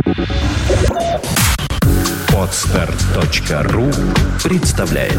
Podster.ru представляет.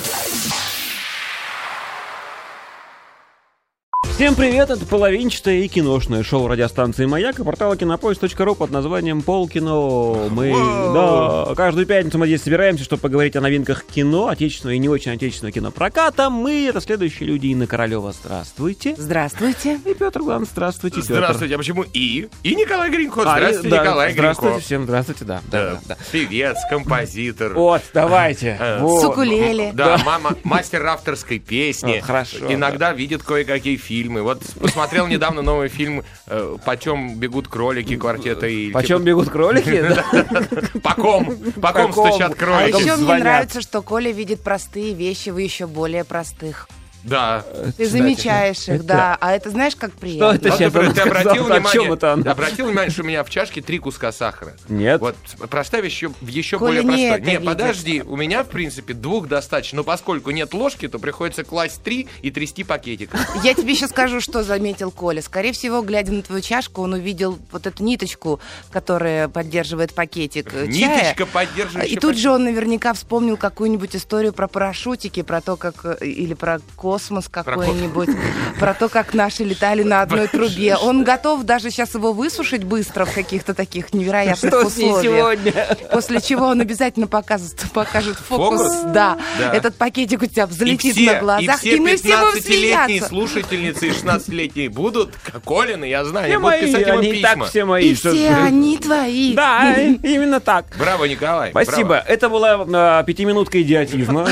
Всем привет, это половинчатое и киношное шоу радиостанции «Маяк» и портала кинопоиск.ру под названием «Полкино». Мы, каждую пятницу мы здесь собираемся, чтобы поговорить о новинках кино, отечественного и не очень отечественного кинопроката. Мы — это следующие люди. Инна Королева, здравствуйте. Здравствуйте. И Петр Глант, здравствуйте, Петр. Здравствуйте, а почему и? И Николай Гринько. Здравствуйте, Николай Гринько. Здравствуйте всем, здравствуйте, да. Певец, композитор. Вот, давайте. С укулеле. Да, мастер авторской песни. Хорошо. Иногда видит кое-какие фильмы. Вот посмотрел недавно новый фильм «Почем бегут кролики» квартета Ильфа. Почем бегут кролики? По ком стучат А кролики. еще мне звонят. нравится, что Коля видит простые вещи в еще более простых. Да. Ты замечаешь их, да. А это знаешь, как Что приятно? это сейчас Ты она обратил сказала? О чем это она? внимание, что у меня в чашке 3 куска сахара? Нет. Вот простая вещь еще Коля более не простая. это Не, видит. подожди, у меня, в принципе, 2 достаточно. Но поскольку нет ложки, то приходится класть 3 и трясти пакетиком. Я тебе еще скажу, что заметил Коля. Скорее всего, глядя на твою чашку, он увидел вот эту ниточку, которая поддерживает пакетик чая. Ниточка поддерживающая. И тут же он наверняка вспомнил какую-нибудь историю про парашютики, про то, как... Или про космос какой-нибудь. Про то, как наши летали на одной трубе. Он готов даже сейчас его высушить быстро в каких-то таких невероятных Что с ней условиях. сегодня? После чего он обязательно покажет фокус. Фокус? Да. Да. Этот пакетик у тебя взлетит и на глазах. все мы все будем 15-летние смеяться. слушательницы и 16-летние будут Колины, я знаю, Все они будут мои, писать ему они и так письма. все мои. И что- все они твои. Да, именно так. Браво, Николай. Спасибо. браво. Это была пятиминутка идиотизма.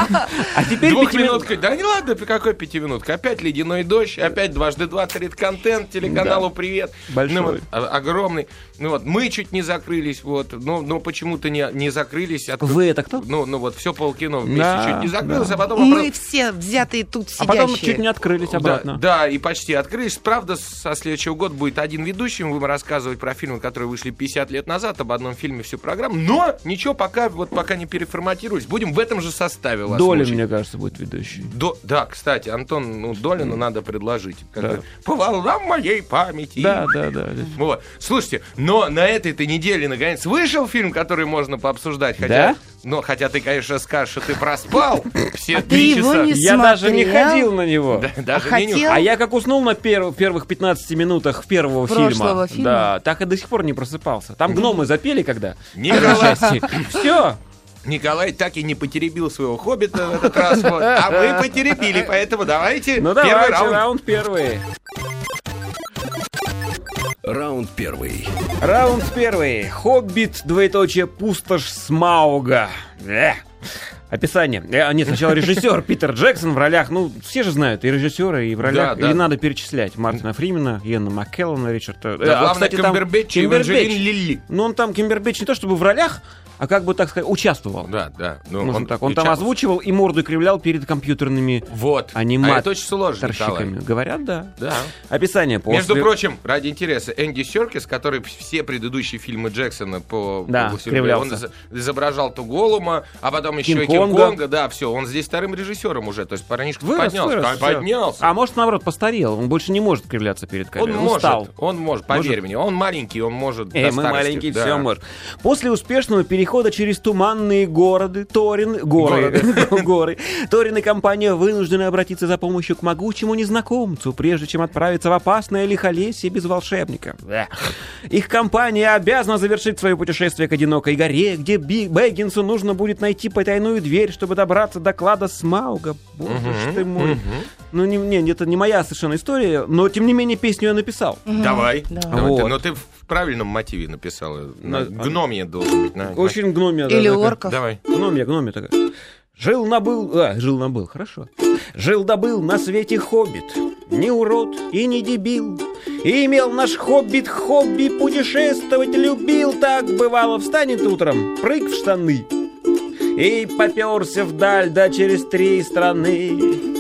А теперь Двухминутка. Да не ладно, какой 5-минутка? Опять ледяной дождь, опять 2x2 контент, телеканалу привет. Большой. Ну, вот, огромный. Ну вот, мы чуть не закрылись, вот, но почему-то не закрылись. Вы это кто? Ну вот, все полкино вместе Да, чуть не закрылось, да. а потом... Мы все взятые тут А потом сидящие. чуть не открылись обратно. Да, и почти открылись. Правда, со следующего года будет один ведущий. Мы будем рассказывать про фильмы, которые вышли 50 лет назад. Об одном фильме всю программу. Но ничего, пока не переформатировались. Будем в этом же составе вас Долин, мучить. мне кажется, будет ведущий. Да, кстати, Антон, Долину надо предложить. Да. По волнам моей памяти. Да. Вот. Слушайте, но на этой-то неделе наконец вышел фильм, который можно пообсуждать. Да? Хотя ты, конечно, скажешь, что ты проспал все А 3 ты его часа. не Я даже не смотрел? ходил на него. Да, даже А не нюхал. хотел? А я как уснул на первых 15 минутах первого Прошлого фильма, фильма? да, так и до сих пор не просыпался. Там гномы запели когда? Николай, Все. Николай так и не потеребил своего хоббита в этот раз, вот, а мы потеребили, поэтому давайте Ну первый давайте, раунд. раунд первый. Раунд первый. Раунд первый. Хоббит, двоеточие, пустошь Смауга. Описание. Нет, сначала режиссер Питер Джексон в ролях, все же знают, и режиссеры, и в ролях. Да. Или надо перечислять? Мартина Фримена, Иэна Маккеллана, Ричарда... Да, главное, кстати, там Камбербэтч и Эванжелин Лилли. Ну, он там, Камбербэтч, не то чтобы в ролях, а как бы, так сказать, участвовал. Да. Ну, Можно так. Он там озвучивал и морду кривлял перед компьютерными Вот. А это очень сложно, Николай. аниматорщиками. Говорят, да. Да. Описание после... Между прочим, ради интереса, Энди Серкис, который все предыдущие фильмы Джексона по Да, «Властелину кривлялся. он изображал то Голума, а потом еще и Кинг-Конга. Кинг-Конга. Да, все, он здесь вторым режиссером уже. То есть парнишка Вырос, поднялся. всё. Поднялся. А может, наоборот, постарел. Он больше не может кривляться перед камерой. Он может, поверь мне, он маленький, он может до Мы старости. маленькие, Да. все может. После успешного перехода через туманные горы, Торин и компания вынуждены обратиться за помощью к могучему незнакомцу, прежде чем отправиться в опасное лихолесье без волшебника. Их компания обязана завершить свое путешествие к одинокой горе, где Бэггинсу нужно будет найти потайную дверь, чтобы добраться до клада Смауга. Боже ж ты мой. Ну, это не моя совершенно история, но, тем не менее, песню я написал. Давай. Вот. Но ты в правильном мотиве написал. Гномья должен быть. Очень гномия. Или да, такая. орков. Давай. Гномия такая. Жил-набыл, хорошо. Жил-добыл на свете хоббит, не урод и не дебил. И имел наш хоббит хобби, путешествовать любил. Так бывало, встанет утром, прыг в штаны и попёрся вдаль, да через 3 страны.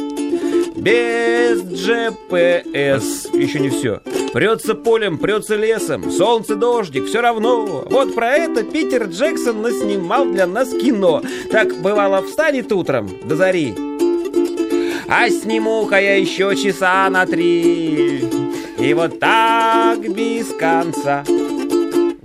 Без GPS. Еще не все. Прется полем, прется лесом, солнце, дождик, все равно. Вот про это Питер Джексон наснимал для нас кино. Так бывало, встанет утром до зари, а сниму-ка я еще часа на 3. И вот так без конца.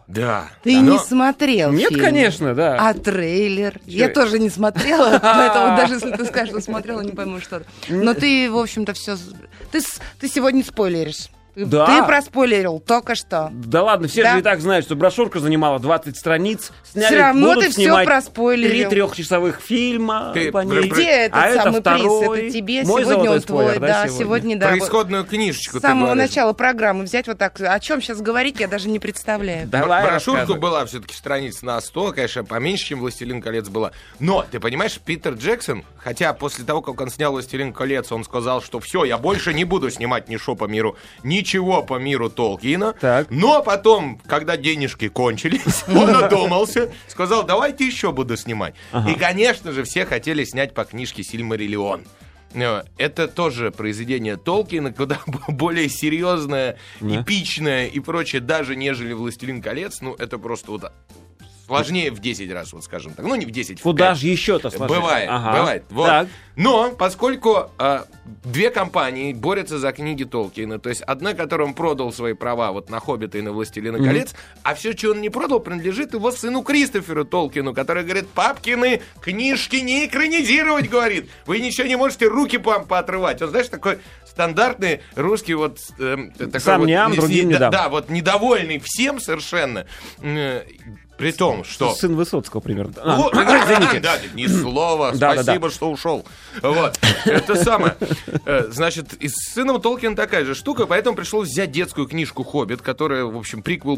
Да. Ты не смотрел Нет, фильм. конечно, да. А трейлер? Я тоже не смотрела, поэтому даже если ты скажешь, что смотрела, не пойму, что. Но ты, в общем-то, все... Ты сегодня спойлеришь. Да. Ты проспойлерил только что. Да ладно, все Да. же и так знают, что брошюрка занимала 20 страниц. Сняли, Все равно будут ты все снимать проспойлерил. 3 трехчасовых фильма Ты по ней. Где этот А это самый приз? второй. Это тебе, Мой сегодня золотой он твой. спойлер, Да, сегодня да. Про Вот исходную книжечку с ты самого говоришь. начала программы взять вот так. О чем сейчас говорить, я даже не представляю. Давай Брошюрка рассказывай. была все-таки страниц на 100, конечно, поменьше, чем «Властелин колец» была. Но, ты понимаешь, Питер Джексон, хотя после того, как он снял «Властелин колец», он сказал, что все, я больше не буду снимать ничего по миру, ничего по миру Толкиена. Так. Но потом, когда денежки кончились, он одумался, сказал, давайте еще буду снимать. И, конечно же, все хотели снять по книжке «Сильмариллион». Это тоже произведение Толкиена, куда более серьезное, эпичное и прочее, даже нежели «Властелин колец». Ну, это просто вот сложнее в 10 раз, вот скажем так. Ну, не в 10, в Куда 5. же еще-то сложнее? Бывает, Ага. бывает. Вот. Так. Но поскольку две компании борются за книги Толкиена, то есть одна, которым продал свои права вот на «Хоббита» и на «Властелина колец», а все, что он не продал, принадлежит его сыну Кристоферу Толкину, который говорит, папкины книжки не экранизировать, говорит. Вы ничего не можете руки поотрывать. Он, знаешь, такой стандартный русский вот... такой Сам вот, не ам, другим не дам. Да, вот недовольный всем совершенно. При том, что... Сын Высоцкого примерно. Вот, Извините. да, ни слова, Да, да, спасибо, что ушел. Вот, это самое. Значит, и с сыном Толкина такая же штука, поэтому пришлось взять детскую книжку «Хоббит», которая, в общем, приквел.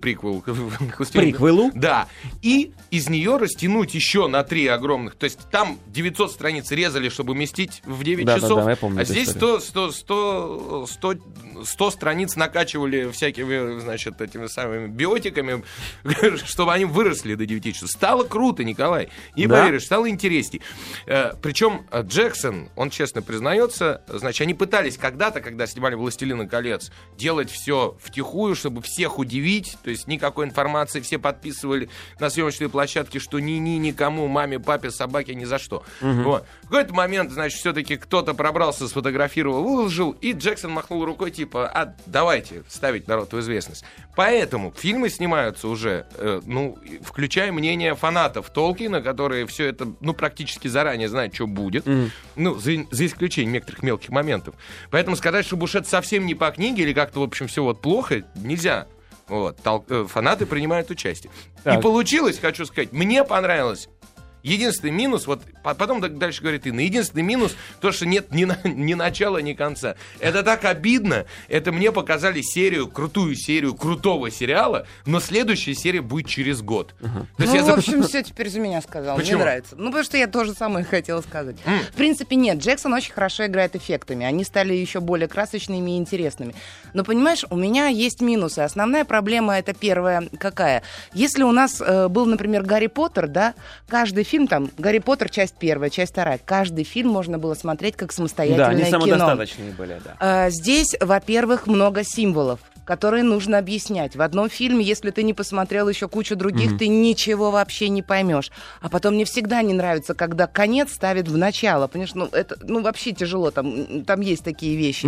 Приквелу? Да. И из нее растянуть еще на 3 огромных. То есть там 900 страниц резали, чтобы уместить в 9 Да, часов. да, я помню А эту здесь историю. 100 страниц накачивали всякими, значит, этими самыми биотиками, чтобы они выросли до 9 часов. Стало круто, Николай. Не Да? поверишь, стало интересней. Причем Джексон, он честно признается, значит, они пытались когда-то, когда снимали «Властелина колец», делать все втихую, чтобы всех удивить, то есть никакой информации, все подписывали на съемочной площадке, что ни-ни, никому, маме, папе, собаке, ни за что. Вот. В какой-то момент, значит, все-таки кто-то пробрался, сфотографировал, выложил, и Джексон махнул рукой, типа, давайте ставить народ в известность. Поэтому фильмы снимаются уже, включая мнение фанатов Толкина, которые все это, практически заранее знают, что будет. За исключением некоторых мелких моментов. Поэтому сказать, что уж это совсем не по книге или как-то, в общем, все вот плохо, нельзя. Вот. Фанаты принимают участие. Так. И получилось, хочу сказать, мне понравилось. Единственный минус, вот потом дальше говорит Инна, единственный минус, то, что нет ни начала, ни конца. Это так обидно. Это мне показали крутую серию крутого сериала, но следующая серия будет через год. То есть В общем, все теперь за меня сказал. Почему? Мне нравится. Потому что я тоже самое хотела сказать. В принципе, нет, Джексон очень хорошо играет эффектами. Они стали еще более красочными и интересными. Но, понимаешь, у меня есть минусы. Основная проблема, это первая, какая? Если у нас был, например, Гарри Поттер, да, каждый фильм, там, Гарри Поттер, часть первая, часть вторая, каждый фильм можно было смотреть как самостоятельное Да, они кино. самодостаточные были, да. Здесь, во-первых, много символов, которые нужно объяснять. В одном фильме, если ты не посмотрел еще кучу других, ты ничего вообще не поймешь. А потом мне всегда не нравится, когда конец ставят в начало. Понимаешь, это вообще тяжело, там есть такие вещи.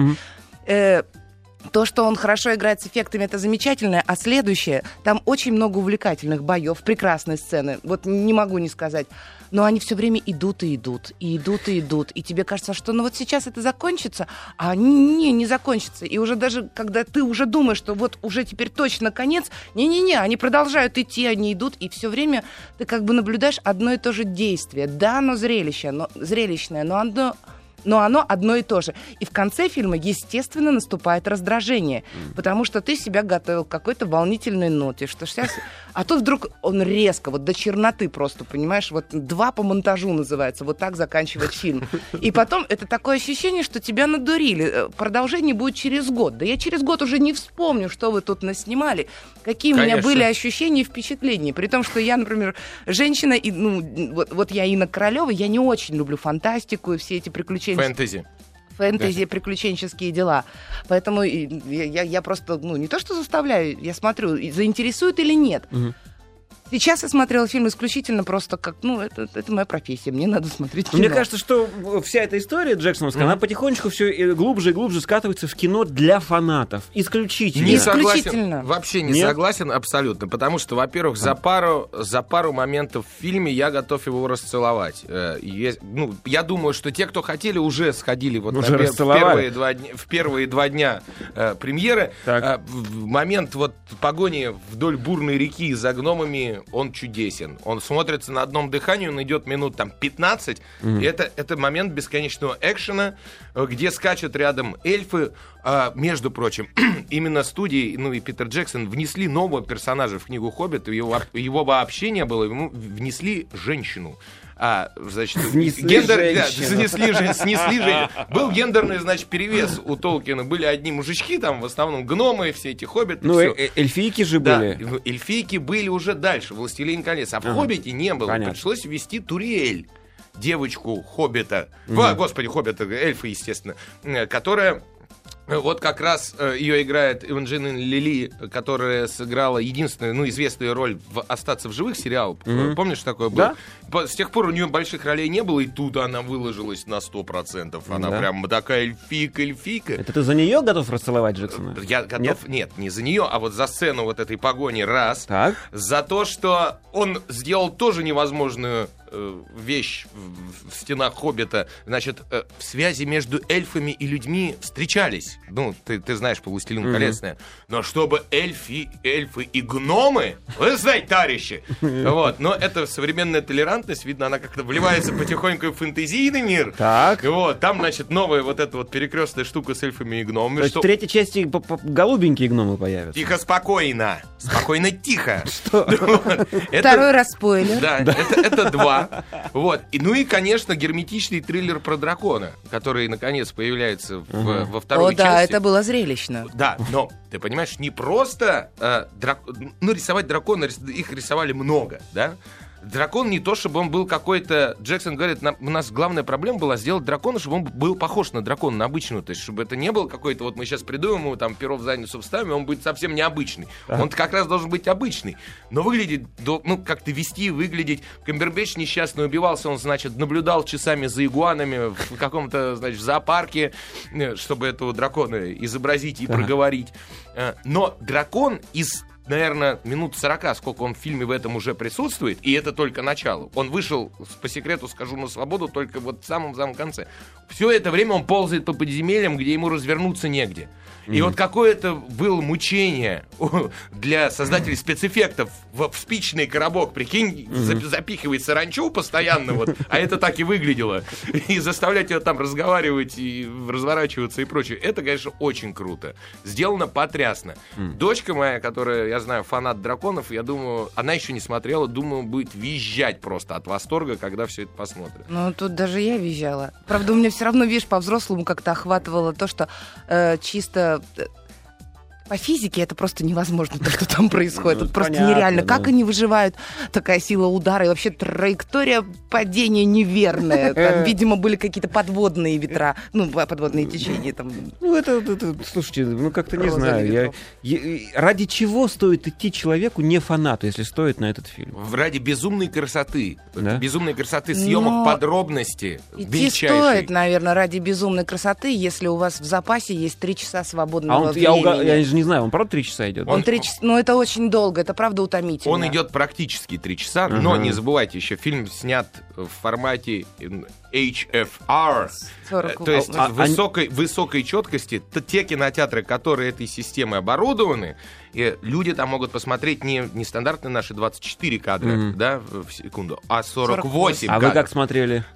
То, что он хорошо играет с эффектами, это замечательно. А следующее, там очень много увлекательных боев, прекрасные сцены. Вот не могу не сказать. Но они все время идут и идут, и идут и идут. И тебе кажется, что вот сейчас это закончится, а не закончится. И уже даже, когда ты уже думаешь, что вот уже теперь точно конец, не-не-не, они продолжают идти, они идут, и все время ты как бы наблюдаешь одно и то же действие. Да, оно зрелищное, но оно одно и то же. И в конце фильма, естественно, наступает раздражение, потому что ты себя готовил к какой-то волнительной ноте, что сейчас... А тут вдруг он резко, вот до черноты просто, понимаешь, вот 2 по монтажу называется, вот так заканчивать фильм. И потом это такое ощущение, что тебя надурили. Продолжение будет через год. Да я через год уже не вспомню, что вы тут наснимали, какие у меня были ощущения и впечатления. При том, что я, например, женщина, и, вот я Инна Королева, я не очень люблю фантастику и все эти приключения. Фэнтези, приключенческие дела. Поэтому я просто, не то что заставляю, я смотрю, заинтересует или нет. Сейчас я смотрела фильм исключительно просто как, это моя профессия, мне надо смотреть кино. Мне кажется, что вся эта история джексоновская, она потихонечку все глубже и глубже скатывается в кино для фанатов. Исключительно. Не Исключительно. согласен, вообще не Нет? согласен абсолютно, потому что, во-первых, за пару моментов в фильме я готов его расцеловать. Я думаю, что те, кто хотели, уже сходили в первые два дня премьеры. В момент погони вдоль бурной реки за гномами он чудесен. Он смотрится на одном дыхании, он идет минут 15. Это момент бесконечного экшена, где скачут рядом эльфы. Между прочим, именно студии, и Питер Джексон внесли нового персонажа в книгу «Хоббит». Его вообще не было, ему внесли женщину. Снесли женщину. Был гендерный, перевес у Толкина. Были одни мужички, там в основном гномы, все эти хоббиты. Эльфийки же были. Да, эльфийки были уже дальше, «Властелин колец». А в «Хоббите» не было. Понятно. Пришлось ввести Туриэль, девочку хоббита. Господи, хоббита, эльфа, естественно. Которая... как раз ее играет Эванжелина Лили, которая сыграла единственную, известную роль в «Остаться в живых» сериал. Помнишь, такое было? Да? С тех пор у нее больших ролей не было, и тут она выложилась на 100%. Она прям такая эльфийка. Это ты за нее готов расцеловать Джексона? Я готов, нет, не за нее, а за сцену этой погони раз. Так. За то, что он сделал тоже невозможную вещь в стенах «Хоббита». В связи между эльфами и людьми встречались. Ты знаешь по «Властелину колец». Но чтобы эльфы и гномы, вы знаете, товарищи. Но это современная толерантность, видно, она как-то вливается потихоньку в фэнтезийный мир. Так. Там, новая перекрестная штука с эльфами и гномами. То есть в третьей части голубенькие гномы появятся. Тихо, спокойно. Спокойно, тихо. Что? Второй раз спойлер. Да, это 2. И, конечно, герметичный триллер про дракона, который, наконец, появляется во второй части. Да, это было зрелищно. Да, но, ты понимаешь, не просто рисовать дракона, их рисовали много, да? Дракон не то, чтобы он был какой-то... Джексон говорит, у нас главная проблема была сделать дракона, чтобы он был похож на дракона, на обычного. То есть, чтобы это не был какой-то... Мы сейчас придумаем ему перо в задницу вставим, он будет совсем необычный. Он как раз должен быть обычный. Но выглядеть... как-то выглядеть... Камбербэтч несчастный убивался, он, наблюдал часами за игуанами в каком-то, в зоопарке, чтобы этого дракона изобразить и проговорить. Но дракон из... наверное, минут 40, сколько он в фильме в этом уже присутствует, и это только начало. Он вышел, по секрету скажу, на свободу только в самом конце. Все это время он ползает по подземельям, где ему развернуться негде. И какое-то было мучение для создателей спецэффектов в спичный коробок, прикинь, запихивать саранчу постоянно, а это так и выглядело. И заставлять ее там разговаривать и разворачиваться и прочее. Это, конечно, очень круто. Сделано потрясно. Дочка моя, которая, я знаю, фанат драконов, я думаю, она еще не смотрела, думаю, будет визжать просто от восторга, когда все это посмотрит. Тут даже я визжала. Правда, у меня все равно, по-взрослому как-то охватывало то, что чисто... По физике это просто невозможно, то, что там происходит. Это просто понятно, нереально. да. Как они выживают? Такая сила удара и вообще траектория падения неверная. Там, видимо, были какие-то подводные ветра, подводные течения. Там. Слушайте, как-то не знаю. Ради чего стоит идти человеку, не фанату, если стоит на этот фильм? Ради безумной красоты. Да? Безумной красоты съемок, подробности. Идти стоит, наверное, ради безумной красоты, если у вас в запасе есть 3 часа свободного времени. Я же не знаю, он правда 3 часа идет? Он 3 часа, это очень долго, это правда утомительно. Он идет практически 3 часа, но не забывайте, еще фильм снят в формате HFR, 40. то есть высокой четкости. Те кинотеатры, которые этой системой оборудованы, и люди там могут посмотреть не стандартные наши 24 кадра в секунду, а 48 кадров. А вы как смотрели?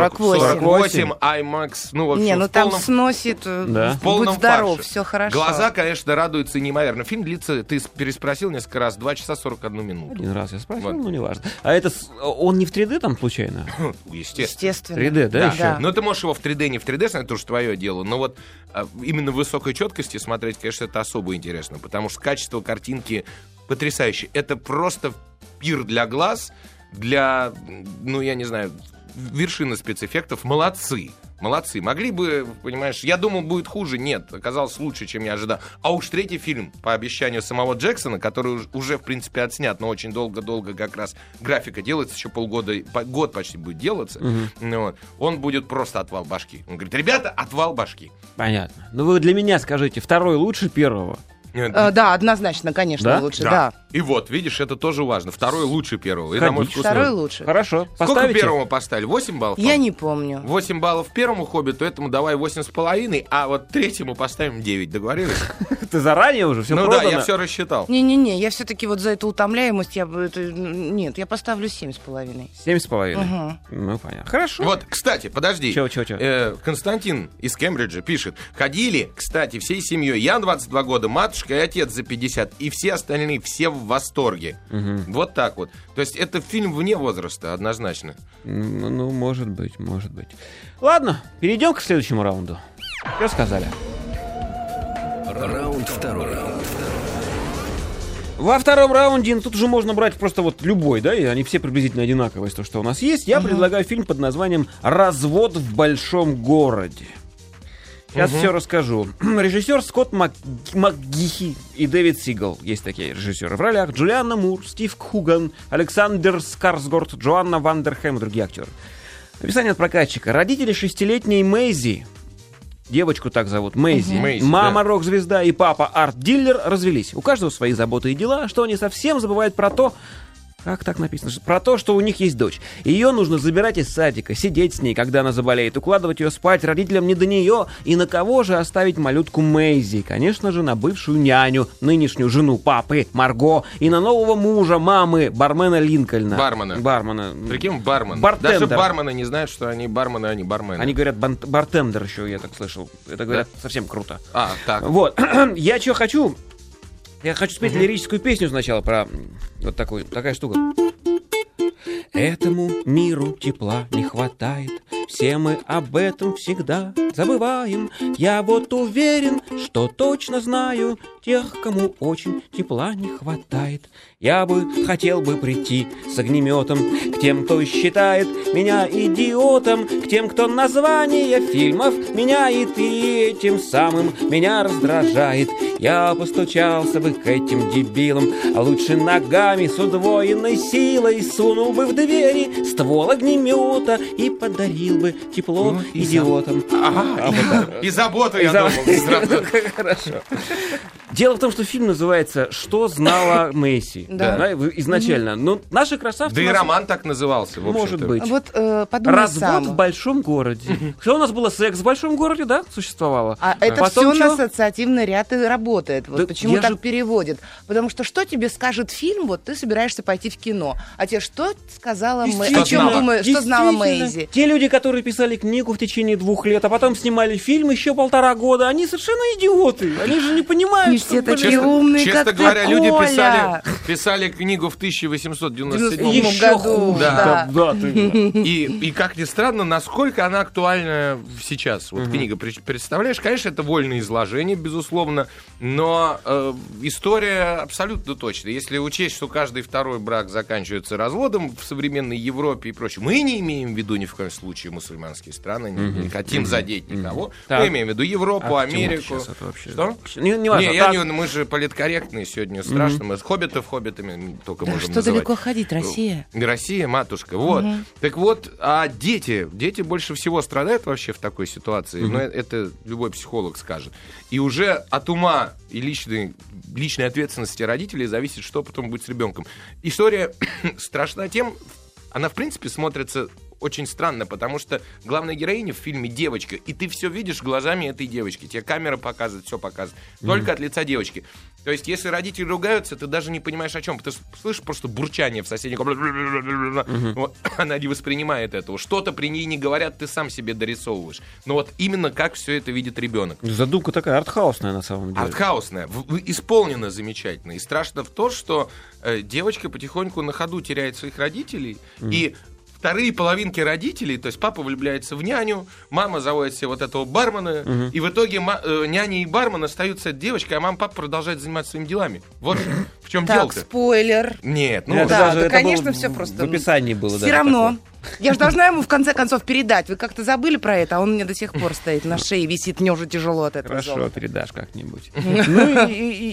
48 IMAX. Там сносит, будь здоров, все хорошо. Глаза, конечно, радуются неимоверно. Фильм длится, ты переспросил несколько раз, 2 часа 41 минуту. Один раз я спросил, неважно. А это он не в 3D там случайно? Естественно. 3D, да, еще? Да. Но ты можешь его в 3D, не в 3D, это уже твое дело. Но именно в высокой четкости смотреть, конечно, это особо интересно, потому что качество картинки потрясающее. Это просто пир для глаз, для, я не знаю, вершины спецэффектов. Молодцы. Молодцы. Могли бы, понимаешь, я думал, будет хуже. Нет, оказалось лучше, чем я ожидал. А уж третий фильм, по обещанию самого Джексона, который уже, в принципе, отснят, но очень долго-долго как раз графика делается, еще полгода, год почти будет делаться. Вот, он будет просто отвал башки. Он говорит, ребята, отвал башки. Понятно. Ну вы для меня скажите, второй лучше первого? Да, однозначно, конечно, Да? лучше, да. И вот, видишь, это тоже важно. Второй лучше первого. И, Конечно. на мой вкус, Второй лучше. Хорошо. Сколько Поставите? первому поставили? 8 баллов? Я не помню. 8 баллов первому «Хоббиту», этому давай 8,5, а вот третьему поставим 9. Договорились? Ты заранее уже все Ну продано? да, я все рассчитал. Не-не-не, я все-таки вот за эту утомляемость, нет, я поставлю 7,5. 7,5. Ну, понятно. Хорошо. Вот, кстати, подожди. Чё? Константин из Кембриджа пишет. Ходили, кстати, всей семьей. Я 22 года, матушка и отец за 50. И все остальные, все в восторге. Вот так вот. То есть это фильм вне возраста, однозначно. Ну, может быть. Ладно, перейдем к следующему раунду. Что сказали? Раунд второй. Во втором раунде, тут уже можно брать просто вот любой, да, и они все приблизительно одинаковые, то, что у нас есть. Я предлагаю фильм под названием «Развод в большом городе». Сейчас все расскажу. Режиссер Скотт МакГихи и Дэвид Сигал. Есть такие режиссеры в ролях. Джулианна Мур, Стив Куган, Александр Скарсгорд, Джоанна Вандерхэм и другие актеры. Описание от прокатчика. Родители 6-летней Мэйзи, девочку так зовут, Мэйзи, мама рок-звезда и папа арт-дилер развелись. У каждого свои заботы и дела, что они совсем забывают про то, как так написано? Про то, что у них есть дочь. Ее нужно забирать из садика, сидеть с ней, когда она заболеет, укладывать ее спать, родителям не до нее. И на кого же оставить малютку Мэйзи? Конечно же, на бывшую няню, нынешнюю жену папы, Марго, и на нового мужа мамы, бармена Линкольна. Бармена. Прикинь, бармен. Бартендер. Даже бармены не знают, что они бармены, а не бармены. Они говорят бартендер еще, я так слышал. Это говорят совсем круто. Так. Вот. Я что хочу... Я хочу спеть лирическую песню сначала про вот такая штука. Этому миру тепла не хватает, все мы об этом всегда забываем. Я вот уверен, что точно знаю тех, кому очень тепла не хватает. Я бы хотел бы прийти с огнеметом к тем, кто считает меня идиотом, к тем, кто название фильмов меняет и этим самым меня раздражает. Я постучался бы к этим дебилам, а лучше ногами с удвоенной силой сунул бы в двери ствол огнемета и подарил бы тепло идиотам. И заботу, я думал. Хорошо. Дело в том, что фильм называется «Что знала Мэйси». Да. Изначально. Но наши красавцы... Да и роман так назывался, в общем-то. Может быть. Вот подумай Развод сам. в большом городе. Что у нас было? Секс в большом городе, да, существовало? А это Потом все чё? на ассоциативный ряд и работает. Вот Да почему я так же- переводят. Потому что тебе скажет фильм, вот ты собираешься пойти в кино. А тебе что сказала Мэйзи? О чем знала? думаешь? Что знала Действительно. Мэйзи? Те люди, которые писали книгу в течение 2 лет, а потом снимали фильм еще 1,5 года, они совершенно идиоты. Они же не понимают, Не что... все блин, такие умные, Честно как говоря, ты, люди Коля. писали книгу в 1897 Еще Еще году, хуже. да. Да, ты- И как ни странно, насколько она актуальна сейчас. Вот книга, представляешь, конечно, это вольное изложение, безусловно, но история абсолютно точная. Если учесть, что каждый второй брак заканчивается разводом в современной Европе и прочее, мы не имеем в виду ни в коем случае мусульманские страны, не хотим задеть никого. Так. Мы имеем в виду Европу, А к чему ты Америку. щас это вообще? Что? Не важно. Так. Мы же политкорректные сегодня, страшно. Мы хоббитами только Да можем что называть. далеко ходить, Россия? Россия, матушка, вот. Так вот, а дети больше всего страдают вообще в такой ситуации, но это любой психолог скажет. И уже от ума и личной ответственности родителей зависит, что потом будет с ребенком. История страшна тем, она в принципе смотрится очень странно, потому что главная героиня в фильме девочка, и ты все видишь глазами этой девочки. Тебе камера показывает, все показывает. Только от лица девочки. То есть, если родители ругаются, ты даже не понимаешь, о чем. Ты слышишь просто бурчание в соседней комнате. Вот. Она не воспринимает этого. Что-то при ней не говорят, ты сам себе дорисовываешь. Но вот именно как все это видит ребенок. Задумка такая артхаусная на самом деле. Артхаусная, исполнена замечательно. И страшно в то, что девочка потихоньку на ходу теряет своих родителей, и вторые половинки родителей, то есть папа влюбляется в няню, мама заводит себе вот этого бармена, и в итоге няня и бармен остаются девочкой, а мама и папа продолжают заниматься своими делами. Вот в чем Так, дело-то. спойлер. Нет, Это Да, даже- да, это конечно, было все просто. В описании было. Все даже равно. такое. Я же должна ему в конце концов передать. Вы как-то забыли про это, а он мне до сих пор стоит на шее, висит, мне уже тяжело от этого. Хорошо, золота. передашь как-нибудь. Ну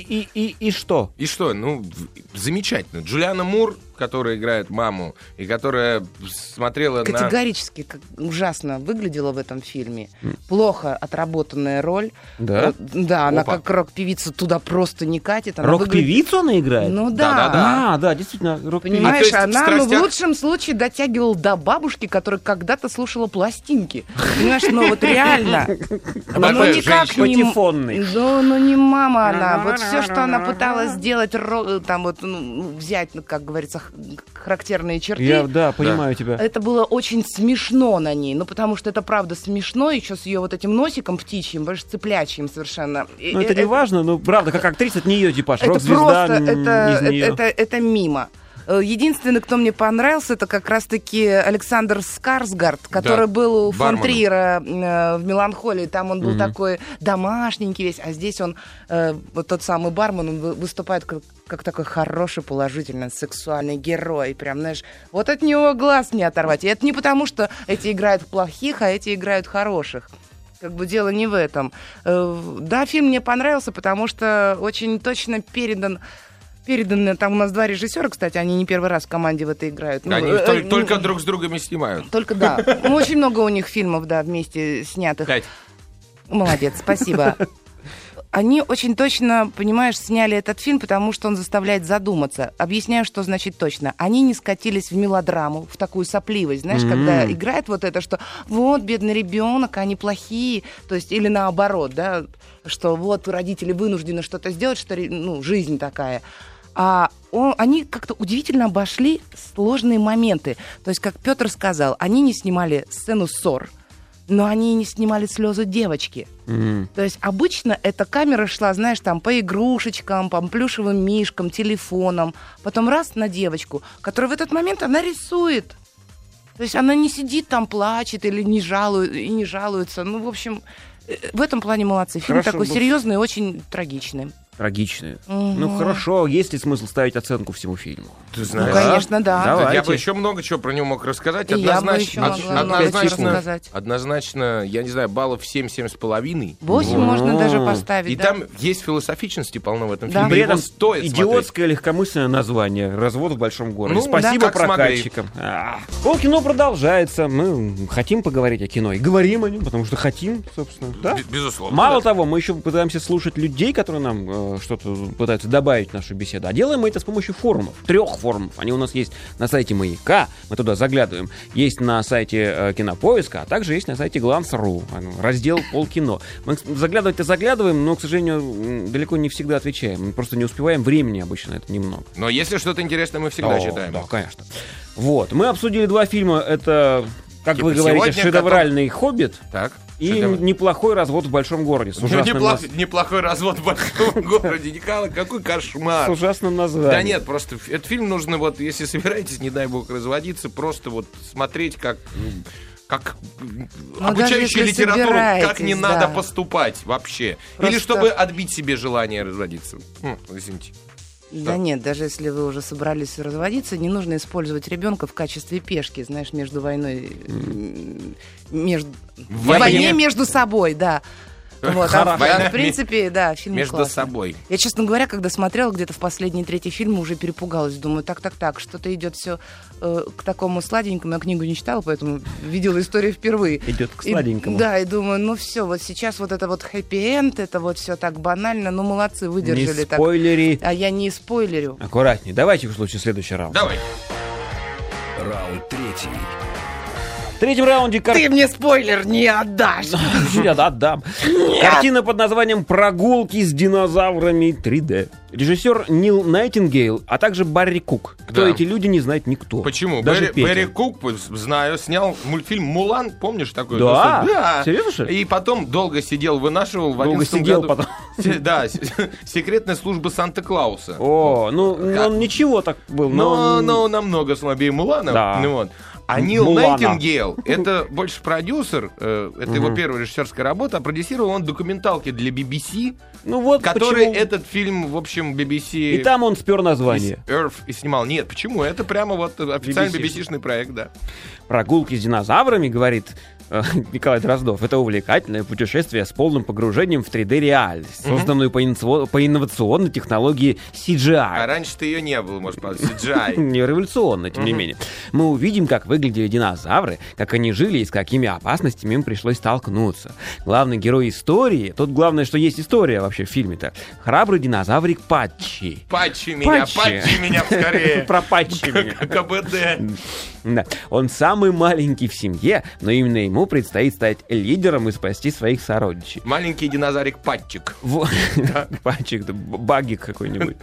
и что? И что? Ну, замечательно. Джулиана Мур, которая играет маму, и которая смотрела на... Категорически ужасно выглядела в этом фильме. Плохо отработанная роль. Да? Да, она Опа. как рок-певица туда просто не катит. Она Рок-певицу она играет? Ну Да-да-да. Да, действительно, рок-певица. Понимаешь, А то есть в она в «Страстях»? лучшем случае дотягивала до бабушки, которая когда-то слушала пластинки. Понимаешь, ну вот реально. Ну никак не... Патефонный. Ну не мама она. Вот все, что она пыталась сделать, там вот взять, как говорится, характерные черты. Я, да, понимаю тебя. Это было очень смешно на ней. Ну, потому что это правда смешно, еще с ее вот этим носиком птичьим, больше цыплячьим совершенно. Ну, это не важно, но правда, как актриса, это не ее типаж. Это Рок-звезда просто, из нее. это мимо. Единственный, кто мне понравился, это как раз-таки Александр Скарсгард, который был у фон барменом. Триера в «Меланхолии». Там он был такой домашненький весь, а здесь он, вот тот самый бармен, он выступает как такой хороший, положительный, сексуальный герой. Прям, знаешь, вот от него глаз не оторвать. И это не потому, что эти играют плохих, а эти играют хороших. Как бы дело не в этом. Да, фильм мне понравился, потому что очень точно переданы, там у нас два режиссера, кстати, они не первый раз в команде в это играют. Они только друг с другом и снимают. Только, да. Очень много у них фильмов, да, вместе снятых. 5. Молодец, спасибо. Они очень точно, понимаешь, сняли этот фильм, потому что он заставляет задуматься. Объясняю, что значит точно. Они не скатились в мелодраму, в такую сопливость, знаешь, когда играет вот это, что вот, бедный ребенок, они плохие, то есть, или наоборот, да, что вот родители вынуждены что-то сделать, что, ну, жизнь такая. А они как-то удивительно обошли сложные моменты. То есть, как Петр сказал, они не снимали сцену ссор, но они не снимали слезы девочки. То есть обычно эта камера шла, знаешь, там по игрушечкам, по плюшевым мишкам, телефонам. Потом раз на девочку, которая в этот момент, она рисует. То есть она не сидит там, плачет или не жалуется. Ну, в общем, в этом плане молодцы. Фильм Хорошо, такой был. серьезный, очень трагичный. Трагичные. Ну хорошо, есть ли смысл ставить оценку всему фильму? Ты Ну, знаешь. конечно, да. Давайте. Я бы еще много чего про него мог рассказать. И я бы еще могла много чего рассказать. Однозначно, я не знаю, баллов 7-7,5. 8 можно даже поставить, И да. там есть философичности полно в этом Да. фильме. При Его этом стоит идиотское легкомысленное название «Развод в большом городе». Ну, Спасибо да, как прокатчикам. Полкино продолжается. Мы хотим поговорить о кино. И говорим о нем, потому что хотим, собственно. Да? смотреть. Безусловно. Мало да. того, мы еще пытаемся слушать людей, которые нам что-то пытаются добавить в нашу беседу. А делаем мы это с помощью форумов. 3 форумов. Они у нас есть на сайте «Маяка». Мы туда заглядываем. Есть на сайте Кинопоиска, а также есть на сайте Glance.ru. Раздел «Полкино». Мы заглядывать-то заглядываем, но, к сожалению, далеко не всегда отвечаем. Мы просто не успеваем. Времени обычно это немного. Но если что-то интересное, мы всегда читаем. Да, конечно. Вот. Мы обсудили 2 фильма. Это, как Типа вы говорите, сегодня, шедевральный «Хоббит» Так. и шедевр. неплохой развод в большом городе. С ужасным, Неплохой развод в большом городе. Николай, какой с кошмар. ужасным названием. Да нет, просто этот фильм нужно, вот, если собираетесь, не дай бог, разводиться, просто вот смотреть, как Ну, даже обучающую если литературу, как собираетесь, не да. надо поступать вообще. Или Просто- чтобы отбить себе желание разводиться. Извините. Да нет, даже если вы уже собрались разводиться, не нужно использовать ребенка в качестве пешки, знаешь, между войной, между В войне войне. между собой, да. Вот, Война в принципе, да, фильм Между классный. собой. Я, честно говоря, когда смотрела где-то в последний 3-й фильм, уже перепугалась. Думаю, так, что-то идет все к такому сладенькому. Я книгу не читала, поэтому видела историю впервые. Идет к И- сладенькому. да, и думаю, ну все, вот сейчас вот это вот хэппи-энд, это вот все так банально, ну молодцы, выдержали Не так. спойлери. А я не спойлерю. Аккуратнее. Давайте в случае следующий раунд. Давай. Раунд 3. В третьем раунде Ты мне спойлер не отдашь. Я отдам. Картина под названием «Прогулки с динозаврами 3D». Режиссер Нил Найтингейл, а также Барри Кук. Кто Да. эти люди, не знает никто. Почему? Даже Петя. Берри Кук, знаю, снял мультфильм «Мулан», помнишь такой? Да? Да. Серьезно, что ли? И потом долго сидел, вынашивал в Долго 11 сидел году. потом. Да, секретная служба Санта-Клауса. О, ну он ничего так был. Но он- намного слабее Мулана. Да. Ну, вот. А Нил Мулана. Найтингейл, это больше продюсер, это его первая режиссерская работа, а продюсировал он документалки для BBC, Ну вот который почему. этот фильм, в общем, BBC... И там он спер название. Earth и снимал. Нет, почему? Это прямо вот официальный BBC-шный. BBC-шный проект, да. Прогулки с динозаврами, говорит Николай Дроздов, это увлекательное путешествие с полным погружением в 3D-реальность, созданную по инновационной технологии А CGI. раньше-то ее не было, может, CGI. Не революционно, тем не менее. Мы увидим, как выглядели динозавры, как они жили и с какими опасностями им пришлось столкнуться. Главный герой истории, тут главное, что есть история вообще в фильме-то, храбрый динозаврик Патчи. Патчи меня скорее. Про Патчи меня. КБД. Да. Он самый маленький в семье, но именно ему предстоит стать лидером и спасти своих сородичей. Маленький динозаврик Патчик. Патчик, да, багик какой-нибудь.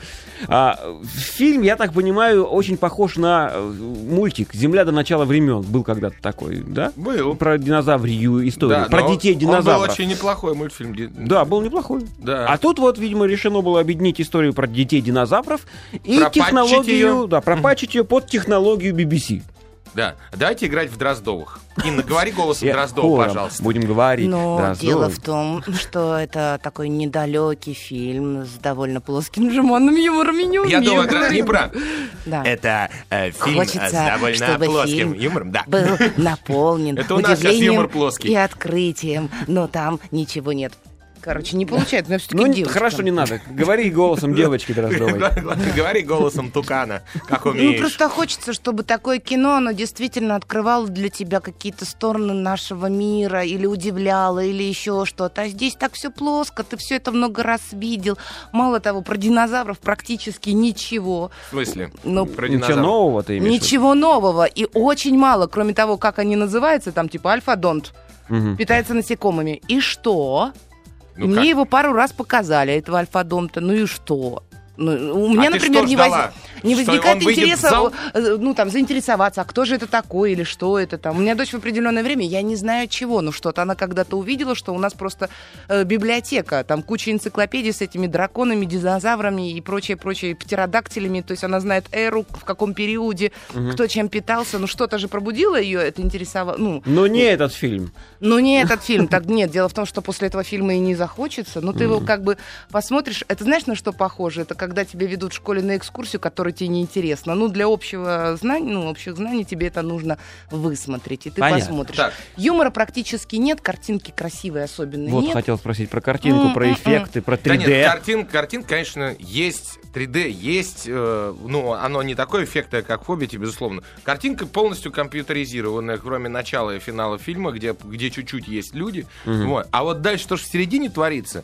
Фильм, я так понимаю, очень похож на мультик «Земля до начала времен». Был когда-то такой, да? Был. Про динозаврию историю, Да, про но детей Он был динозавров. очень неплохой мультфильм. Да, был неплохой. Да. А тут вот, видимо, решено было объединить историю про детей динозавров и Пропатчить технологию, её. да, пропатчить ее под технологию BBC. Да. Давайте играть в Дроздовых. Инна, говори голосом Дроздова, Хором пожалуйста. будем говорить. Но Дроздовым. дело в том, что это такой недалекий фильм с довольно плоским жеманным юмором. И не Я умею думаю, это не говорить. про... Да. Это фильм Хочется, с довольно чтобы плоским фильм юмором. Да. был наполнен Это у нас сейчас удивлением юмор плоский. и открытием, но там ничего нет. Короче, не получается, но я все-таки Ну, девочка. хорошо, не надо. Говори голосом девочки Дроздовой. Говори голосом тукана, как Ну, умеешь. просто хочется, чтобы такое кино, оно действительно открывало для тебя какие-то стороны нашего мира, или удивляло, или еще что-то. А здесь так все плоско, ты все это много раз видел. Мало того, про динозавров практически ничего. В смысле? Ну, Про Ничего динозавров. нового ты имеешь в виду? Ничего нового. И очень мало, кроме того, как они называются, там типа альфа-донт, Мгм. питается насекомыми. И что? Ну, И как? мне его пару раз показали, этого альфа-донта. Ну и что? Ну, у меня, ты например, что не ждала? не Что возникает он выйдет в интереса, зал? ну, там, заинтересоваться, а кто же это такой или что это там. У меня дочь в определенное время, я не знаю чего, ну что-то. Она когда-то увидела, что у нас просто библиотека, там куча энциклопедий с этими драконами, динозаврами и прочее, птеродактилями. То есть она знает эру, в каком периоде, кто чем питался. Ну что-то же пробудило ее, это интересовало. Ну, Но не этот фильм. ну, не этот фильм. Так нет, дело в том, что после этого фильма и не захочется. Ну, ты его как бы посмотришь. Это знаешь, на что похоже? Это когда тебя ведут в школе на экскурсию, которая тебе неинтересна. Ну, для общего знания, общих знаний тебе это нужно высмотреть. И ты Понятно. посмотришь. Так. Юмора практически нет, картинки красивые особенно Вот нет. хотел спросить про картинку, про эффекты, про 3D. Да нет, картин, конечно, есть 3D, есть, ну, оно не такое эффектное, как в «Хоббите», безусловно. Картинка полностью компьютеризированная, кроме начала и финала фильма, где чуть-чуть есть люди. Вот. А вот дальше, что же в середине творится,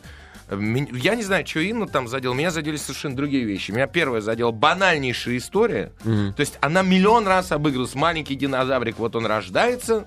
я не знаю, что Инна там задела. Меня задели совершенно другие вещи. Меня первое задела банальнейшая история. То есть она миллион раз обыгрывалась. Маленький динозаврик, вот он рождается,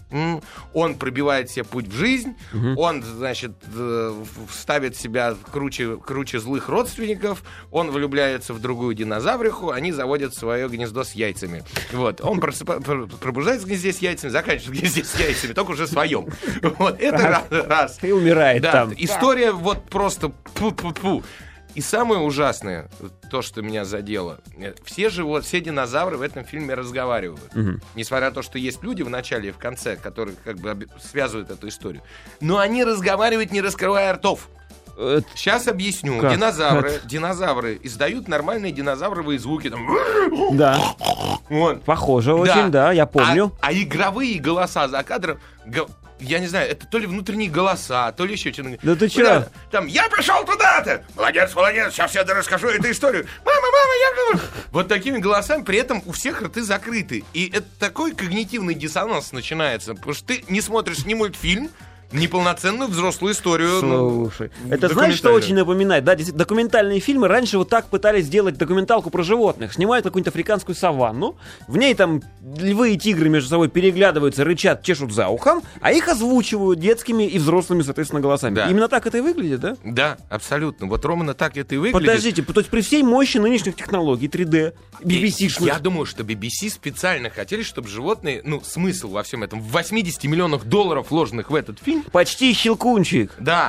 он пробивает себе путь в жизнь, он, значит, ставит себя круче злых родственников, он влюбляется в другую динозавриху, они заводят свое гнездо с яйцами. Вот. Он пробуждается в гнезде с яйцами, заканчивает в гнезде с яйцами, только уже своем. Вот. Это раз. И умирает Да, там. история вот просто пу-пу-пу. И самое ужасное, то, что меня задело, все динозавры в этом фильме разговаривают. Несмотря на то, что есть люди в начале и в конце, которые как бы связывают эту историю. Но они разговаривают, не раскрывая ртов. Сейчас объясню. Как? Динозавры издают нормальные динозавровые звуки. Там... Да, Вот. похоже очень, да, я помню. А игровые голоса за кадром... Я не знаю, это то ли внутренние голоса, то ли еще что-то. Да ты чё? Там, я пришел туда-то! Молодец, сейчас я расскажу эту историю. Мама, я... Вот такими голосами, при этом у всех рты закрыты. И это такой когнитивный диссонанс начинается, потому что ты не смотришь ни мультфильм, ни полноценную взрослую историю. Слушай, это знаешь, что очень напоминает? Да, действительно, документальные фильмы раньше вот так пытались сделать документалку про животных. Снимают какую-нибудь африканскую саванну, в ней там львы и тигры между собой переглядываются, рычат, чешут за ухом, а их озвучивают детскими и взрослыми, соответственно, голосами. Да. Именно так это и выглядит, да? Да, абсолютно. Вот ровно так это и выглядит. Подождите, то есть при всей мощи нынешних технологий 3D, BBC-шных... Я думаю, что BBC специально хотели, чтобы животные, смысл во всем этом, в $80 миллионов вложенных в этот фильм, Почти щелкунчик. да,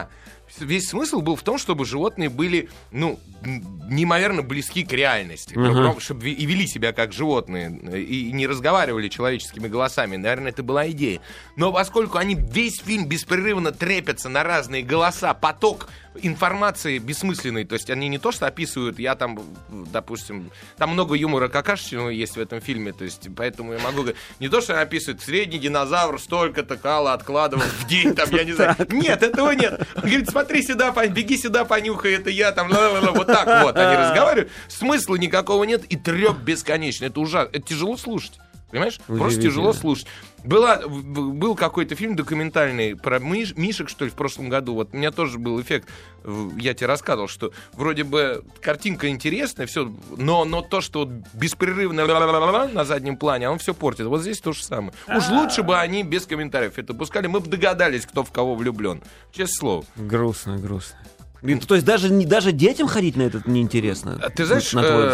Весь смысл был в том, чтобы животные были, неимоверно близки к реальности. Чтобы и вели себя как животные, и не разговаривали человеческими голосами. Наверное, это была идея. Но поскольку они весь фильм беспрерывно трепятся на разные голоса, поток информации бессмысленный, то есть они не то что описывают, я там, допустим, там много юмора какашечного есть в этом фильме, то есть поэтому я могу говорить, не то что они описывают, средний динозавр столько-то кала откладывал в день, там, я не знаю. Нет, этого нет. Он говорит, смотри сюда, беги сюда, понюхай, это я, там, вот так вот они разговаривают, смысла никакого нет, и трёп бесконечный, это ужасно, это тяжело слушать. Понимаешь? Просто тяжело слушать. Был какой-то фильм документальный про мишек, что ли, в прошлом году. Вот у меня тоже был эффект. Я тебе рассказывал, что вроде бы картинка интересная, все, но то, что вот беспрерывно на заднем плане, он все портит. Вот здесь то же самое. Уж лучше бы они без комментариев это пускали. Мы бы догадались, кто в кого влюблен. Честное слово. Грустно. То есть даже детям ходить на это неинтересно? Ты знаешь,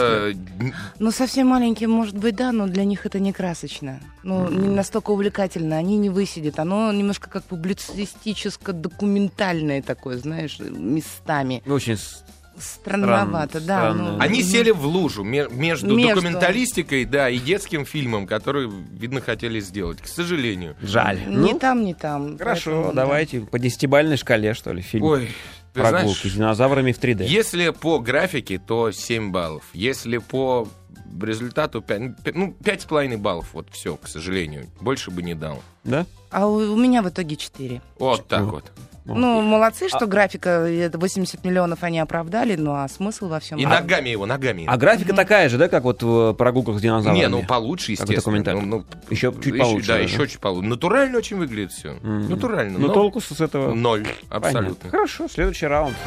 совсем маленьким, может быть, да, но для них это не красочно. Не настолько увлекательно, они не высидят. Оно немножко как публицистическо-документальное такое, знаешь, местами. Очень странновато, да. Они сели в лужу между документалистикой, да, и детским фильмом, который, видно, хотели сделать, к сожалению. Жаль. Ни там, ни там. Хорошо, поэтому, давайте по 10-бальной шкале, что ли, фильм. Ой, прогулки с динозаврами в 3D. Если по графике, то 7 баллов. Если по результату 5,5 баллов. Вот все, к сожалению. Больше бы не дал. Да? А у меня в итоге 4. Вот так вот. Молодцы, что графика, это 80 миллионов они оправдали, а смысл во всем. И ногами его. А графика такая же, да, как вот в прогулках с динозаврами? Не, получше, естественно. Еще чуть получше. Да, еще чуть получше. Натурально очень выглядит все. Натурально. Но толку с этого? 0, абсолютно. Понятно. Хорошо, следующий раунд.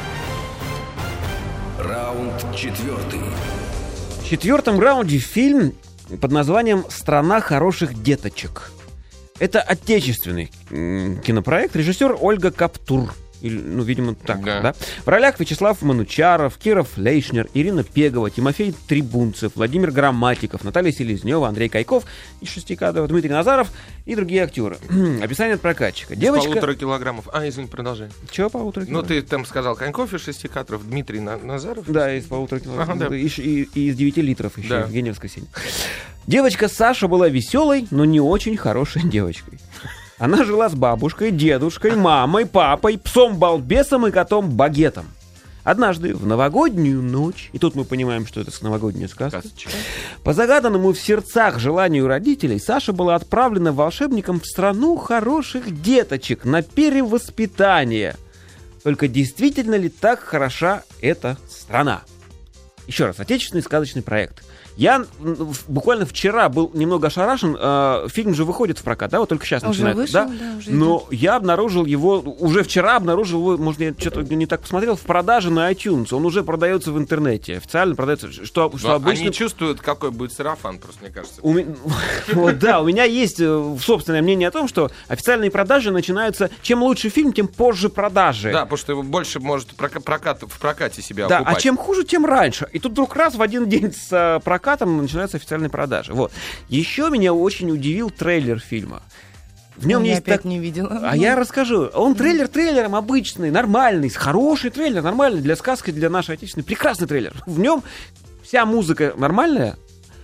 Раунд 4. В 4-м раунде фильм под названием «Страна хороших деточек». Это отечественный кинопроект. Режиссер Ольга Каптур. Видимо, так, да? В ролях Вячеслав Манучаров, Кира Флейшнер, Ирина Пегова, Тимофей Трибунцев, Владимир Громатиков, Наталья Селезнева, Андрей Кайков, Шестикадов, Дмитрий Назаров и другие актеры. Описание от прокатчика. Девочка... 1,5 килограммов. Извини, продолжай. Чего 1,5 килограммов? Ты там сказал Коньков из 6 кадров, Дмитрий Назаров. Да, из 1,5 килограммов. И из 9 литров еще, да. Евгеньевская синь. Девочка Саша была веселой, но не очень хорошей девочкой. Она жила с бабушкой, дедушкой, мамой, папой, псом-балбесом и котом-багетом. Однажды, в новогоднюю ночь, и тут мы понимаем, что это новогодняя сказка, по загаданному в сердцах желанию родителей, Саша была отправлена волшебником в страну хороших деточек на перевоспитание. Только действительно ли так хороша эта страна? Еще раз, отечественный сказочный проект. Я буквально вчера был немного ошарашен. Фильм же выходит в прокат, да? Вот только сейчас уже начинает. Вышел, да? Да, уже но я обнаружил его, уже вчера обнаружил его, может, я что-то не так посмотрел, в продаже на iTunes. Он уже продается в интернете. Официально продается. Что обычно... Они чувствуют, какой будет сарафан, просто, мне кажется. Да, у меня есть собственное мнение о том, что официальные продажи начинаются... Чем лучше фильм, тем позже продажи. Да, потому что его больше может в прокате себя окупать. Да, а чем хуже, тем раньше. И тут вдруг раз в один день с прокатом начинаются официальные продажи. Вот. Еще меня очень удивил трейлер фильма. В нем я есть опять не видела. А я расскажу. Он трейлером обычный, нормальный, хороший трейлер, нормальный для сказки, для нашей отечественной. Прекрасный трейлер. В нем вся музыка нормальная,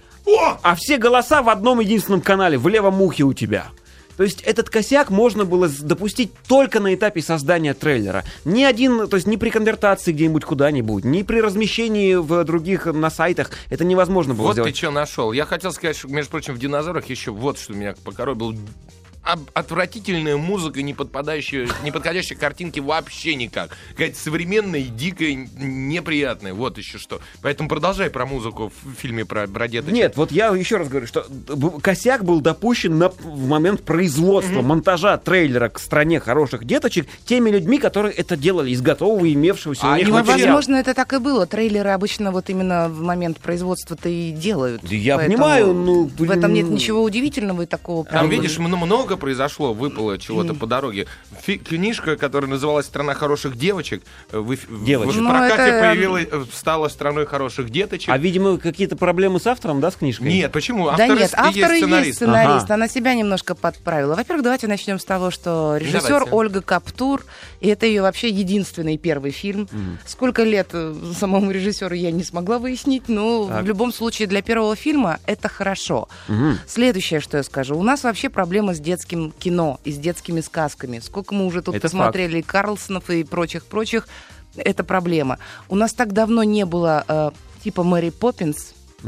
а все голоса в одном единственном канале, в левом ухе у тебя. То есть этот косяк можно было допустить только на этапе создания трейлера. То есть ни при конвертации где-нибудь куда-нибудь, ни при размещении в других на сайтах это невозможно было сделать. Вот ты что нашел. Я хотел сказать, что, между прочим, в «Динозаврах» еще вот что меня покоробило. Отвратительная музыка, не подходящая картинке вообще никак. Какая-то современная, дикая, неприятная. Вот еще что. Поэтому продолжай про музыку в фильме про деточек. Нет, вот я еще раз говорю, что косяк был допущен в момент производства, монтажа трейлера к «Стране хороших деточек» теми людьми, которые это делали из готового имевшегося у них материала. Возможно, это так и было. Трейлеры обычно вот именно в момент производства-то и делают. Я понимаю, в этом нет ничего удивительного и такого. Там, видишь, много много произошло, выпало чего-то по дороге. Книжка, которая называлась «Страна хороших девочек», в прокате стала «Страной хороших деточек». А, видимо, какие-то проблемы с автором, да, с книжкой? Нет, почему? Да нет, автор и есть сценарист. Ага. Она себя немножко подправила. Во-первых, давайте начнем с того, что режиссер Давайте. Ольга Каптур, и это ее вообще единственный первый фильм. Сколько лет самому режиссеру я не смогла выяснить, но в любом случае для первого фильма это хорошо. Следующее, что я скажу. У нас вообще проблема с детским кино и с детскими сказками. Сколько мы уже тут Это посмотрели Карлсонов и прочих-прочих, это проблема. У нас так давно не было типа Мэри Поппинс,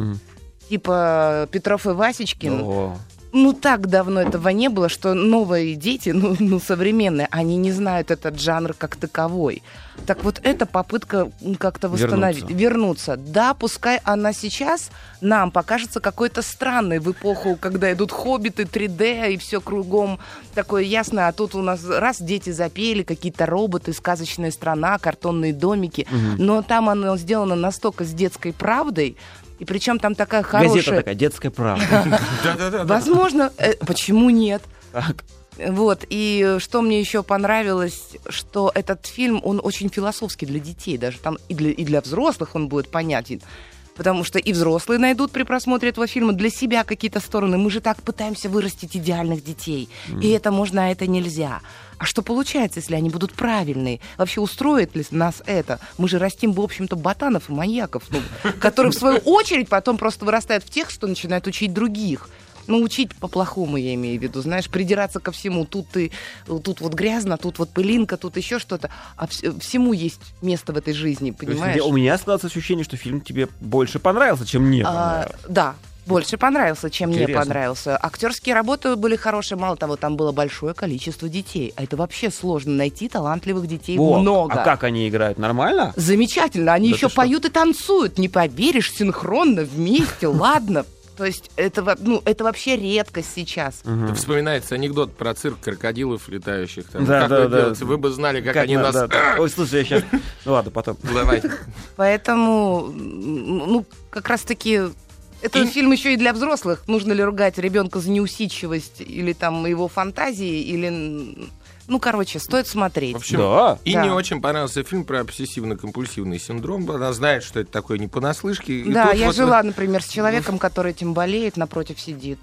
типа Петров и Васечкин. О. Ну, так давно этого не было, что новые дети, современные, они не знают этот жанр как таковой. Так вот, это попытка как-то восстановить, вернуться. Да, пускай она сейчас нам покажется какой-то странной в эпоху, когда идут хоббиты, 3D и все кругом такое ясно. А тут у нас раз дети запели, какие-то роботы, сказочная страна, картонные домики. Но там оно сделано настолько с детской правдой, и причем там такая хорошая... Газета такая, детская правда. Возможно, почему нет? Так. Вот, и что мне еще понравилось, что этот фильм, он очень философский для детей, даже там и для взрослых он будет понятен. Потому что и взрослые найдут при просмотре этого фильма для себя какие-то стороны. Мы же так пытаемся вырастить идеальных детей. И это можно, а это нельзя. А что получается, если они будут правильные? Вообще устроит ли нас это? Мы же растим, в общем-то, ботанов и маньяков, которые, в свою очередь, потом просто вырастают в тех, что начинают учить других. Ну, учить по-плохому, я имею в виду, знаешь, придираться ко всему. Тут вот грязно, тут вот пылинка, тут еще что-то. А всему есть место в этой жизни, понимаешь? У меня складывается ощущение, что фильм тебе больше понравился, чем мне понравился. Да. Больше понравился, чем Интересно. мне понравился. Актерские работы были хорошие. Мало того, там было большое количество детей. А это вообще сложно найти талантливых детей много. А как они играют? Нормально? Замечательно. Они Да еще ты что? поют и танцуют. Не поверишь, синхронно, вместе, ладно. То есть это вообще редкость сейчас. Вспоминается анекдот про цирк крокодилов летающих. Там. Да, Как да, вы да. делаете? Вы бы знали, как они нас... Ой, слушай, я сейчас... Ну ладно, потом. Давай. Поэтому, как раз-таки... Это фильм еще и для взрослых. Нужно ли ругать ребенка за неусидчивость или там его фантазии, или... стоит смотреть. В общем, Да. Инне очень понравился фильм про обсессивно-компульсивный синдром. Она знает, что это такое не понаслышке. И Да, тут я вот жила, например, с человеком, который этим болеет, напротив сидит.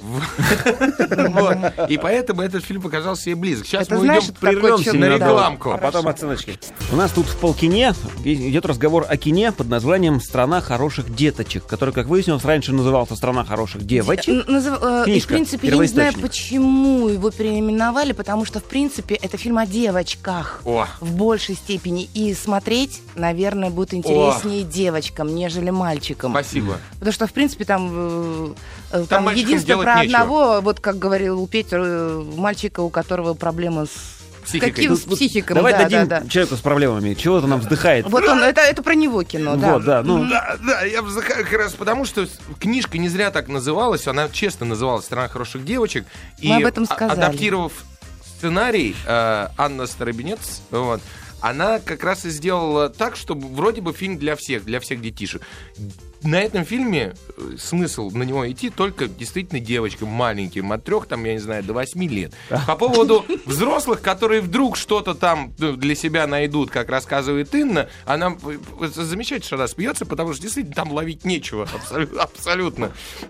Вот. И поэтому этот фильм показался ей близок. Сейчас Это, мы знаешь, уйдем, это такой Прервемся человек, на да. рекламку. А потом оценочки. У нас тут в полкине идет разговор о кине под названием «Страна хороших деточек», который, как выяснилось, раньше назывался «Страна хороших девочек». И, в Книжка, принципе, я не знаю, первоисточник. почему его переименовали, потому что, в принципе, это фильм о девочках О. в большей степени. И смотреть, наверное, будет интереснее девочкам, нежели мальчикам. Спасибо. Потому что, в принципе, там мальчикам единственное делать про нечего. одного, вот как говорил Петр, мальчика, у которого проблемы с... Психикой. Каким с психиком, Давай да, дадим да, да. человеку с проблемами. Чего-то нам вздыхает. Вот он, это про него кино, да. Вот, да, ну... Да, я вздыхаю как раз потому, что книжка не зря так называлась, она честно называлась «Страна хороших девочек». Мы об этом сказали. Адаптировав сценарий, Анна Старобинец, вот, она как раз и сделала так, чтобы вроде бы фильм для всех детишек. На этом фильме смысл на него идти только действительно девочкам маленьким, от 3, там, я не знаю, до 8 лет. По поводу взрослых, которые вдруг что-то там для себя найдут, как рассказывает Инна, она замечательно, что она смеется, потому что действительно там ловить нечего абсолютно.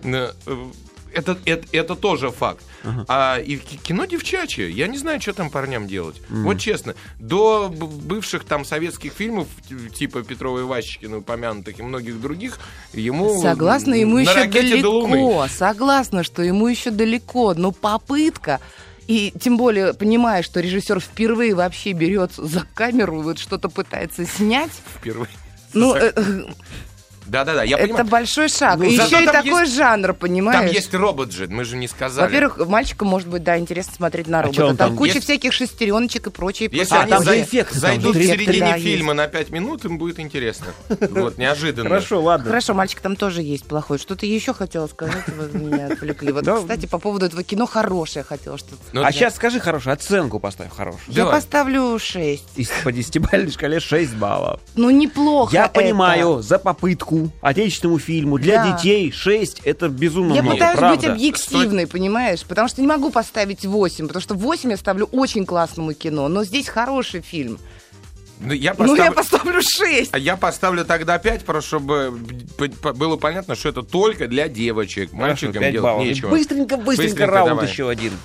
Это тоже факт. И кино девчачье. Я не знаю, что там парням делать. Вот честно. До бывших там советских фильмов, типа Петрова и Васечкина, упомянутых, и многих других, ему Согласна, ему на еще ракете до Луны. далеко. Согласна, что ему еще далеко. Но попытка... И тем более, понимая, что режиссер впервые вообще берется за камеру, вот что-то пытается снять. Впервые. Ну, Да-да-да, я это понимаю. большой шаг. Ну, И зато еще и там такой есть- жанр, понимаешь? Там есть робот же, мы же не сказали. Во-первых, мальчикам, может быть, да, интересно смотреть на чё робота. он Там там? куча Есть- всяких шестереночек и прочее. Если А, они там же эффекты, зайдут там в же середине эффекты, да, фильма на 5 минут, им будет интересно. Вот, неожиданно. Хорошо, ладно. Хорошо, мальчик там тоже есть плохой. Что-то еще хотела сказать, вы меня отвлекли. Вот, Да. кстати, по поводу этого кино хорошее хотела что-то Ну, А сейчас скажи хорошую оценку поставь, хорошую. Я Давай. поставлю 6. По 10-бальной шкале 6 баллов. Ну, неплохо Я это. понимаю, за попытку боевику, отечественному фильму. Для детей 6 — это безумно Я много, пытаюсь правда. быть объективной, понимаешь? Потому что не могу поставить 8, потому что 8 я ставлю очень классному кино, но здесь хороший фильм. Я поставлю 6. А я поставлю тогда 5, просто чтобы было понятно, что это только для девочек. Мальчикам 5 делать баллов. нечего. Быстренько раунд давай. еще один.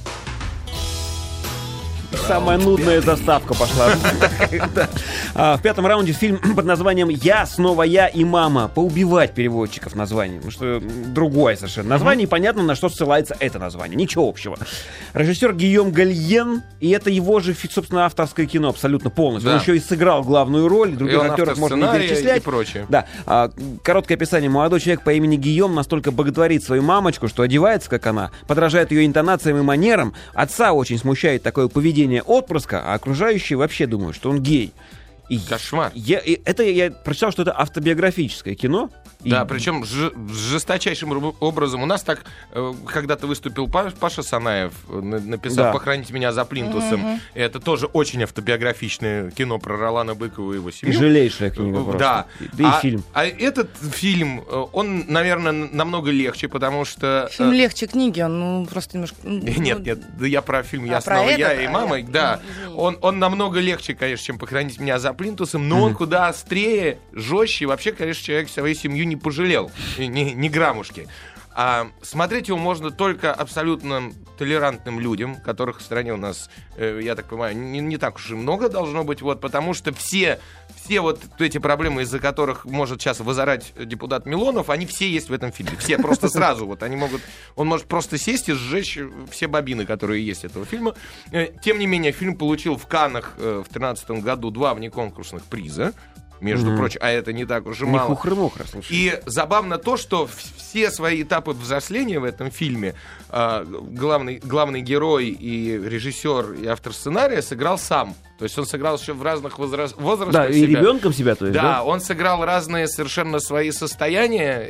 Самая нудная заставка пошла. В пятом раунде фильм под названием «Я, снова я и мама». Поубивать переводчиков название. Потому что другое совершенно название. И понятно, на что ссылается это название. Ничего общего. Режиссер Гийом Гальен. И это его же, собственно, авторское кино абсолютно полностью. Да. Он еще и сыграл главную роль. И других И он актеров автор можно не сценария перечислять. и прочее. Да. Короткое описание. Молодой человек по имени Гийом настолько боготворит свою мамочку, что одевается, как она, подражает ее интонациям и манерам. Отца очень смущает такое поведение отпрыска, а окружающие вообще думают, что он гей. И Кошмар. Я прочитал, что это автобиографическое кино. Да, причем жесточайшим образом. У нас так когда-то выступил Паша Санаев, написал «Похороните меня за плинтусом». Это тоже очень автобиографичное кино про Ролана Быкова и его семью. Тяжелейшая книга просто. Да. Да и фильм. А этот фильм, он, наверное, намного легче, потому что... Фильм легче книги, он просто немножко... Нет, да я про фильм «Я, снова я и мама». Да, он намного легче, конечно, чем «Похоронить меня за плинтусом», но он куда острее, жестче. Вообще, конечно, человек свою семью не пожалел, ни граммушки. А смотреть его можно только абсолютно толерантным людям, которых в стране у нас, я так понимаю, не так уж и много должно быть, вот, потому что все вот эти проблемы, из-за которых может сейчас возорать депутат Милонов, они все есть в этом фильме. Все просто сразу. Вот он может просто сесть и сжечь все бобины, которые есть этого фильма. Тем не менее, фильм получил в Каннах в 2013 году 2 внеконкурсных приза. Между прочим, а это не так уж и мало. Мухры-мухры, слушай. И забавно то, что все свои этапы взросления в этом фильме главный герой и режиссер и автор сценария сыграл сам. То есть он сыграл еще в разных возрастах. Да, и ребенком себя, то есть, да? Да, он сыграл разные совершенно свои состояния,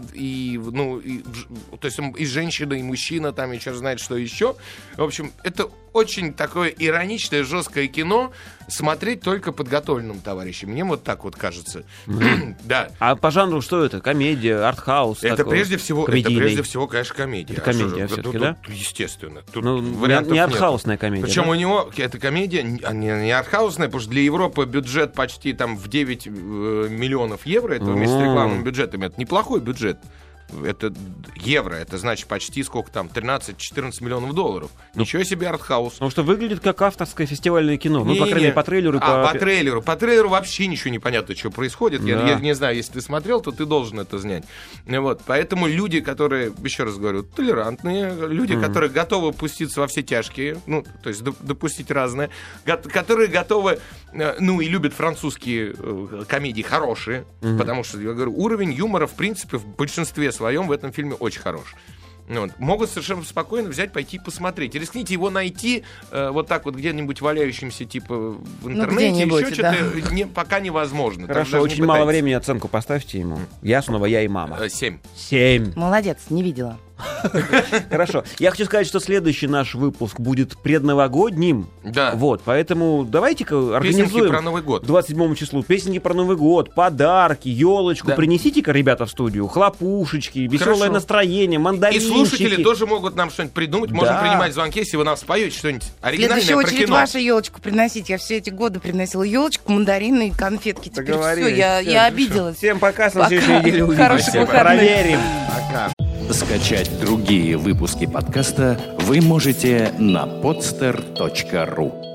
то есть он и женщина, и мужчина, там, и черт знает что еще. В общем, это очень такое ироничное, жесткое кино, смотреть только подготовленным товарищам. Мне вот так вот кажется. Да. А по жанру что это? Комедия, артхаус? Это прежде всего, конечно, комедия. Это комедия все-таки, да? Естественно. Тут не артхаусная комедия. Причем у него это комедия не артхаусная, потому что для Европы бюджет почти там в 9 миллионов евро. Это вместе с рекламным бюджетом. Это неплохой бюджет. Это евро, это значит почти сколько там, 13-14 миллионов долларов. Ничего себе артхаус. Потому что выглядит как авторское фестивальное кино. Ну, по крайней мере, по трейлеру. По трейлеру вообще ничего не понятно, что происходит. Да. Я не знаю, если ты смотрел, то ты должен это знать. Вот. Поэтому люди, которые, еще раз говорю, толерантные, люди, которые готовы пуститься во все тяжкие, ну, то есть допустить разное, которые готовы, и любят французские комедии хорошие, потому что, я говорю, уровень юмора, в принципе, в большинстве своем в этом фильме очень хорош. Вот. Могут совершенно спокойно взять, пойти посмотреть. Рискните его найти вот так вот где-нибудь валяющимся типа в интернете. Еще что-то пока невозможно. Хорошо, очень мало времени, оценку поставьте ему. Я, снова я и мама. 7. 7. Молодец, не видела. Хорошо. Я хочу сказать, что следующий наш выпуск будет предновогодним. Да. Вот, поэтому давайте-ка организуем. Песенки про Новый год. 27 числу. Песенки про Новый год, подарки, елочку. Да. Принесите-ка, ребята, в студию. Хлопушечки, веселое настроение, мандаринчики. И слушатели тоже могут нам что-нибудь придумать. Да. Можем принимать звонки, если вы нам споете что-нибудь оригинальное про кино. В следующую очередь вашу елочку приносить. Я все эти годы приносила елочку, мандарины и конфетки. Теперь все, я обиделась. Всем пока, на следующей неделе увидимся. Проверим. Пока. Скачать другие выпуски подкаста вы можете на podster.ru.